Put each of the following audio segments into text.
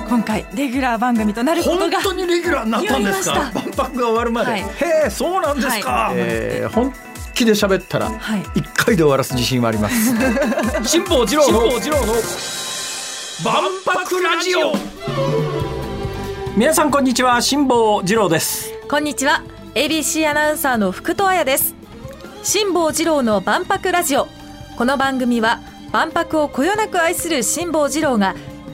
今回レギュラー番組となることが本当にレギュラーになったんですか？万博が終わるまで、はい、へえ、そうなんですか、はい、本気で喋ったら1回で終わらす自信はあります、はい、辛坊治郎の万博ラジオ。皆さんこんにちは、辛坊治郎です。 こんにちは、 ABC アナウンサーの福戸彩です。辛坊治郎の万博ラジオ。この番組は万博をこよなく愛する辛坊治郎が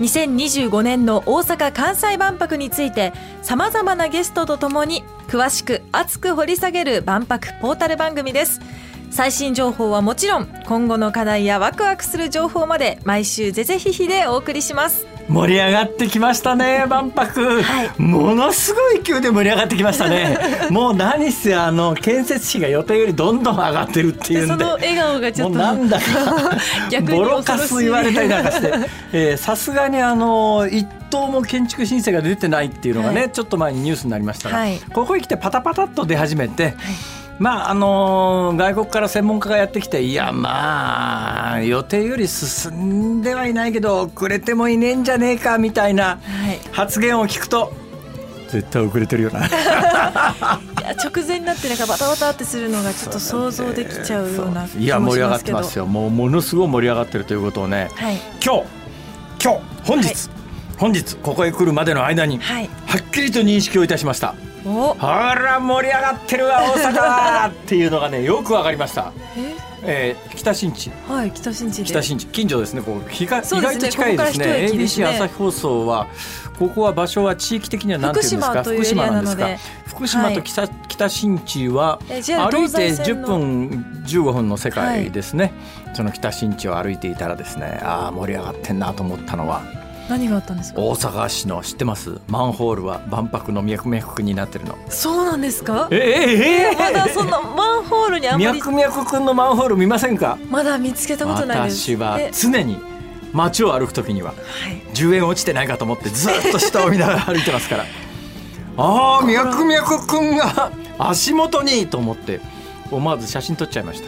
2025年の大阪・関西万博についてさまざまなゲストとともに詳しく熱く掘り下げる万博ポータル番組です。最新情報はもちろん、今後の課題やワクワクする情報まで毎週ぜぜひひでお送りします。 盛り上がってきましたね、万博、はい、ものすごい勢いで盛り上がってきましたねもう何せ建設費が予定よりどんどん上がってるっていうんで、 その笑顔がちょっともうなんだか逆にボロカス言われたりなんかしてさすがに一棟も建築申請が出てないっていうのがね、はい、ちょっと前にニュースになりましたが、はい、ここへ来てパタパタっと出始めて、はい、まあ外国から専門家がやってきて、いやまあ予定より進んではいないけど遅れてもいねえんじゃねえかみたいな発言を聞くと、絶対遅れてるよないや直前になってなんかバタバタってするのがちょっと想像できちゃうような気もしますけど、 いや盛り上がってますよ。もうものすごい盛り上がってるということをね、はい、今日本日ここへ来るまでの間に、はい、はっきりと認識をいたしました。ほら盛り上がってるわ大阪っていうのがねよくわかりました。北新地、はい、北新地近所ですね。こう意外と近いですね。ABC 朝日放送はここは場所は地域的には何ていうんですか、福島なんですか。福島と北新地は歩いて10分15分の世界ですね、はい、その北新地を歩いていたらですね、盛り上がってんなと思ったのは、 何があったんですか？ 大阪市の知ってます？マンホールは万博の脈々くんになってるの。 そうなんですか？まだそんなマンホールにあんまり脈々くんのマンホール見ませんか？ まだ見つけたことないです。 私は常に街を歩くときには、10円落ちてないかと思ってずっと下を見ながら歩いてますから脈々くんが足元にと思って思わず写真撮っちゃいました。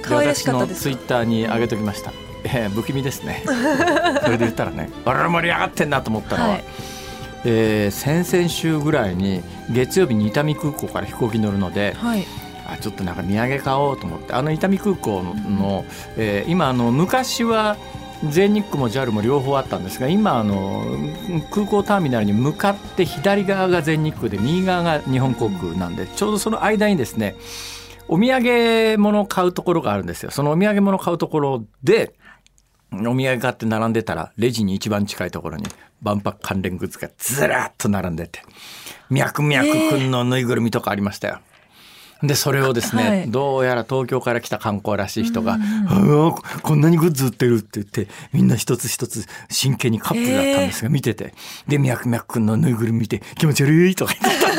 可愛らしかったです。 私のツイッターに上げときました。不気味ですねそれで言ったらね、あら盛り上がってんなと思ったのは、はい、先々週ぐらいに月曜日に伊丹空港から飛行機乗るので、はい、ちょっとなんか土産買おうと思って、伊丹空港の、今昔は全日空も JAL も両方あったんですが、今空港ターミナルに向かって左側が全日空で右側が日本航空なんで、ちょうどその間にですねお土産物を買うところがあるんですよ。そのお土産物を買うところでお土産買って並んでたら、レジに一番近いところに万博関連グッズがずらっと並んでて、脈々くんのぬいぐるみとかありましたよ。でそれをですね、はい、どうやら東京から来た観光らしい人が、こんなにグッズ売ってるって言って、みんな一つ一つ真剣にカップルだったんですが見てて、で脈々くんのぬいぐるみ見て気持ち悪いとか言って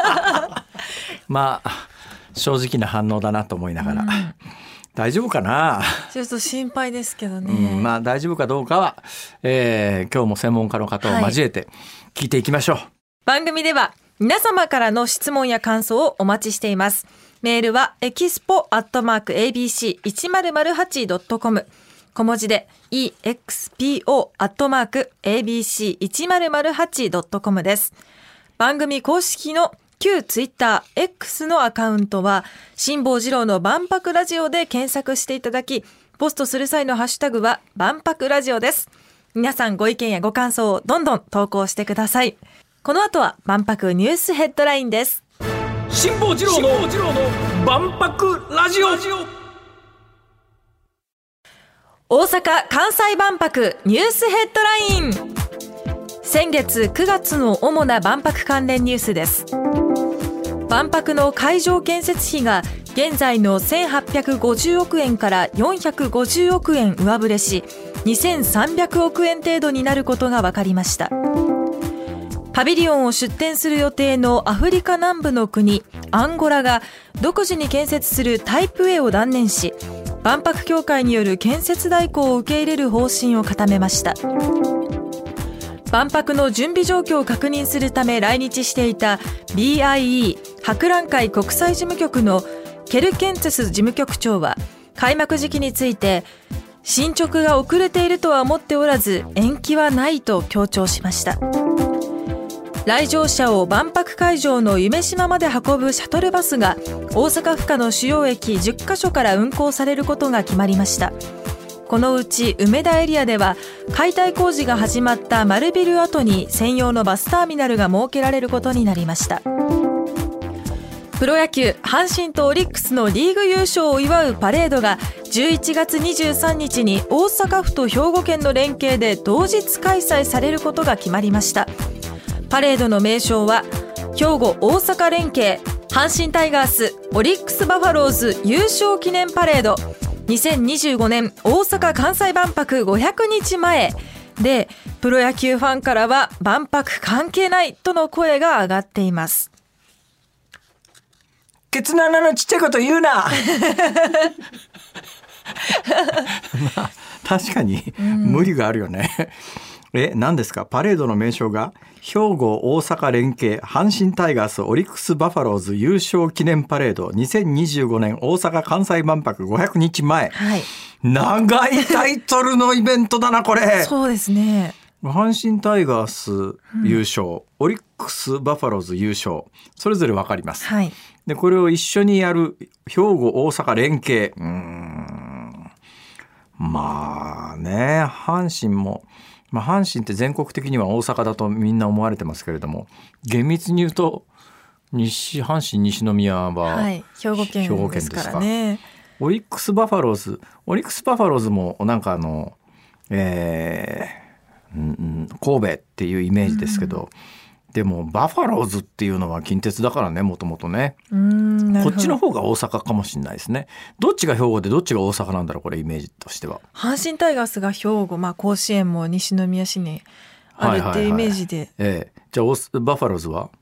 まあ正直な反応だなと思いながら、大丈夫かな、 ちょっと心配ですけどね、 まあ大丈夫かどうかは、今日も専門家の方を交えて聞いていきましょう。 番組では皆様からの質問や感想をお待ちしています。メールはexpo@abc1008.com、 小文字で expo@abc1008.com です。番組公式の旧ツイッター X のアカウントは辛坊治郎の万博ラジオで検索していただき、ポストする際のハッシュタグは万博ラジオです。皆さんご意見やご感想をどんどん投稿してください。この後は万博ニュースヘッドラインです。 辛坊治郎の万博ラジオ。 大阪・関西万博ニュースヘッドライン。先月9月の主な万博関連ニュースです。万博の会場建設費が現在の1850億円から450億円上振れし、2300億円程度になることが分かりました。パビリオンを出展する予定のアフリカ南部の国アンゴラが独自に建設するタイプ A を断念し、万博協会による建設代行を受け入れる方針を固めました。万博の準備状況を確認するため来日していた BIE 博覧会国際事務局のケルケンツェス事務局長は開幕時期について、 進捗が遅れているとは思っておらず延期はないと強調しました。来場者を万博会場の夢洲まで運ぶシャトルバスが大阪府下の主要駅10カ所から運行されることが決まりました。このうち梅田エリアでは解体工事が始まった丸ビル跡に専用のバスターミナルが設けられることになりました。プロ野球阪神とオリックスのリーグ優勝を祝うパレードが11月23日に大阪府と兵庫県の連携で同日開催されることが決まりました。パレードの名称は兵庫大阪連携阪神タイガースオリックスバファローズ優勝記念パレード2025年大阪・関西万博500日前で、プロ野球ファンからは万博関係ないとの声が上がっています。 ケツの穴のちっちゃいこと言うなまあ確かに無理があるよね、何ですか？パレードの名称が兵庫大阪連携阪神タイガースオリックスバファローズ優勝記念パレード2025年大阪・関西万博500日前、 はい、 長いタイトルのイベントだなこれ。 そうですね。 阪神タイガース優勝、オリックスバファローズ優勝、それぞれ分かります、 はい、 でこれを一緒にやる兵庫大阪連携、まあね、阪神も、阪神って全国的には大阪だとみんな思われてますけれども、厳密に言うと阪神西宮は兵庫県ですからね。 オリックスバファローズもなんか神戸っていうイメージですけど、でもバファローズっていうのは近鉄だからね、もともとね。こっちの方が大阪かもしれないですね。どっちが兵庫でどっちが大阪なんだろう、これイメージとしては。 阪神タイガースが兵庫、甲子園も西宮市にあるっていうイメージで、 じゃあバファローズは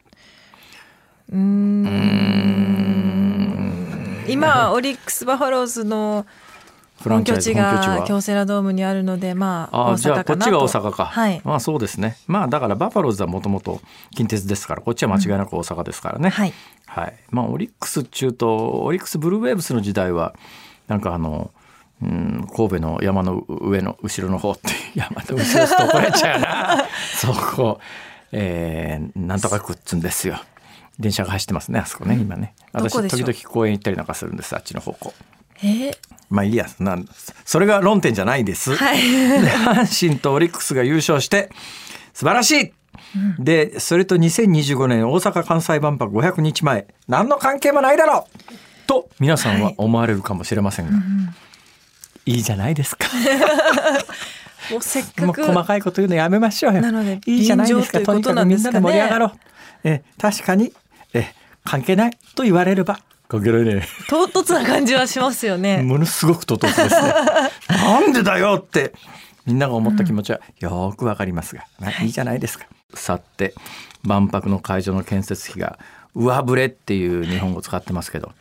今オリックスバファローズの本拠地が京セラドームにあるので、大阪かなと。 じゃあこっちが大阪か、 はい、 そうですね。だからバファローズはもともと近鉄ですから、こっちは間違いなく大阪ですからね、はいはい。オリックス中とオリックスブルーウェーブスの時代はなんか神戸の山の上の後ろの方って山の後ろですと怒られちゃうなそこ、なんとか区っつんですよ。電車が走ってますね、あそこね、今ね。私時々公園行ったりなんかするんです、あっちの方向。いいや、それが論点じゃないです、はい、で阪神とオリックスが優勝して素晴らしい、でそれと2025年大阪・関西万博500日前何の関係もないだろうと皆さんは思われるかもしれませんが、いいじゃないですかもうせっかく細かいこと言うのやめましょうよ。 なのでいいじゃないですか。とにかくみんなで盛り上がろう。確かに関係ないと言われれば関係ないね。 唐突な感じはしますよね。 ものすごく唐突ですねなんでだよってみんなが思った気持ちはよくわかりますが、いいじゃないですか。さて万博の会場の建設費が上振れっていう日本語を使ってますけど、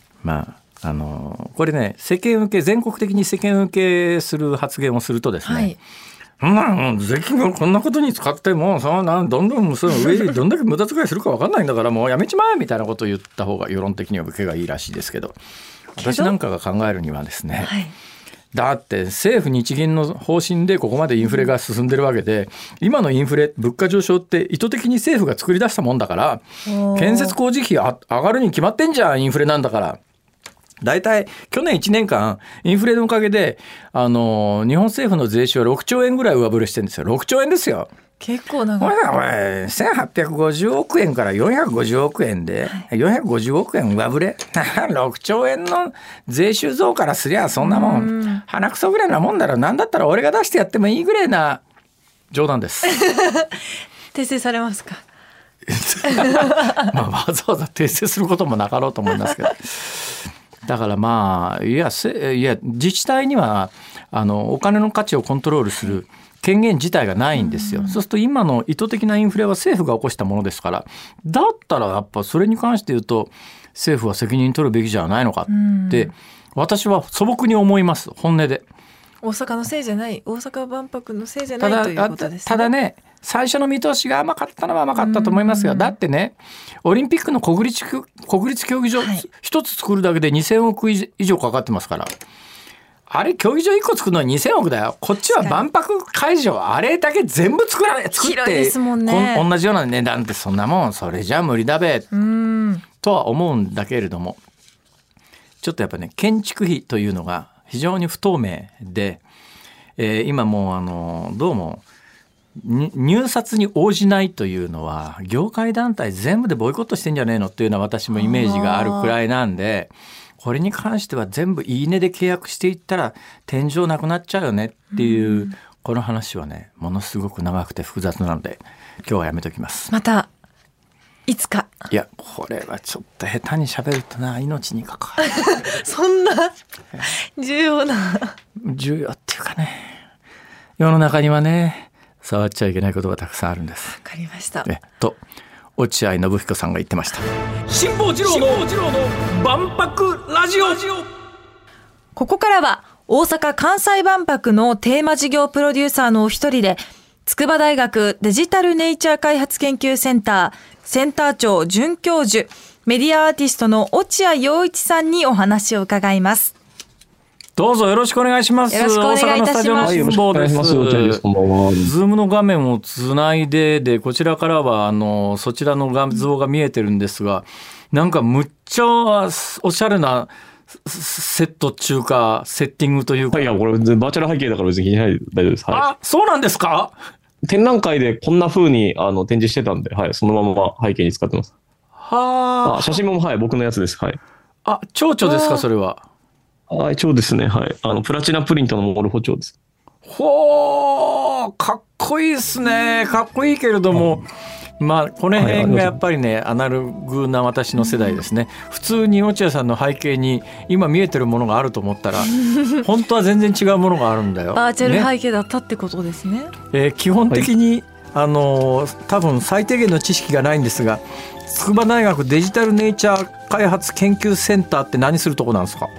これね、全国的に世間受けする発言をするとですね、税金をこんなことに使ってもどんどんその上にどんだけ無駄遣いするか分かんないんだからもうやめちまえみたいなことを言った方が世論的には受けがいいらしいですけど、私なんかが考えるにはですね、だって政府日銀の方針でここまでインフレが進んでるわけで、今のインフレ物価上昇って意図的に政府が作り出したもんだから、建設工事費上がるに決まってんじゃん、インフレなんだから。だいたい去年1年間インフレのおかげで日本政府の税収は6兆円ぐらい上振れしてるんですよ。6兆円ですよ。 結構長い。 1850億円から450億円で、450億円上振れ6兆円の税収増からすりゃそんなもん鼻くそぐらいなもんだろ。なんだったら俺が出してやってもいいぐらいな冗談です訂正されますかわざわざ訂正することもなかろうと思いますけどだから自治体にはお金の価値をコントロールする権限自体がないんですよ。そうすると今の意図的なインフレは政府が起こしたものですから、だったらやっぱそれに関して言うと政府は責任取るべきじゃないのかって私は素朴に思います、本音で。 大阪のせいじゃない、大阪万博のせいじゃないということですね。 ただね、最初の見通しが甘かったのは甘かったと思いますが、だってね、オリンピックの国立競技場一つ作るだけで2000億以上かかってますから、 あれ競技場1個作るのに2000億だよ。こっちは万博会場あれだけ全部作って広いですもんね。 同じような値段ってそんなもんそれじゃ無理だべとは思うんだけれども、ちょっとやっぱね建築費というのが非常に不透明で、今もうどうも入札に応じないというのは業界団体全部でボイコットしてんじゃねえのっていうのは私もイメージがあるくらいなんで、これに関しては全部いいねで契約していったら天井なくなっちゃうよねっていう、この話はねものすごく長くて複雑なので今日はやめときます。 またいつか。 いやこれはちょっと下手に喋るとな命に関わるそんな重要っていうかね、世の中にはね触っちゃいけないことがたくさんあるんです。 わかりました。 と落合信彦さんが言ってました。辛坊治郎の万博ラジオ。 ここからは大阪・関西万博のテーマ事業プロデューサーのお一人で、筑波大学デジタルネイチャー開発研究センターセンター長准教授、メディアアーティストの落合陽一さんにお話を伺います。 どうぞよろしくお願いします。 よろしくお願いいたします。 辛坊です。ズームの画面をつないでこちらからはそちらの画像が見えてるんですが、なんかむっちゃおしゃれなセット中かセッティングというか。 いやこれバーチャル背景だから別に気にしないで大丈夫です。はい、 あ、そうなんですか。 展覧会でこんな風に展示してたんで、はい、そのまま背景に使ってます。 はあ。 写真もはい僕のやつです。はい。 あ、蝶々ですかそれは。 一応ですね、はい、プラチナプリントのモルフォ蝶です。 ほー、かっこいいですね。かっこいいけれども、まあこの辺がやっぱりね、アナログな私の世代ですね。普通に落合さんの背景に今見えてるものがあると思ったら本当は全然違うものがあるんだよ。 バーチャル背景だったってことですね。 基本的に、多分最低限の知識がないんですが、筑波大学デジタルネイチャー開発研究センターって何するとこなんですか。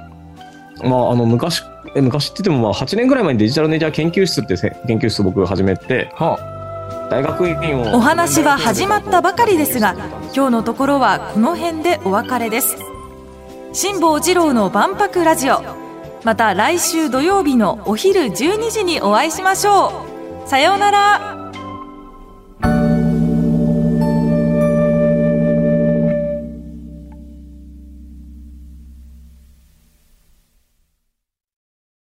昔って言っても8年ぐらい前にデジタルネイチャー研究室って研究室を僕が始めて、大学院を。 お話は始まったばかりですが、今日のところはこの辺でお別れです。辛坊治郎の万博ラジオ、また来週土曜日のお昼12時にお会いしましょう。さようなら。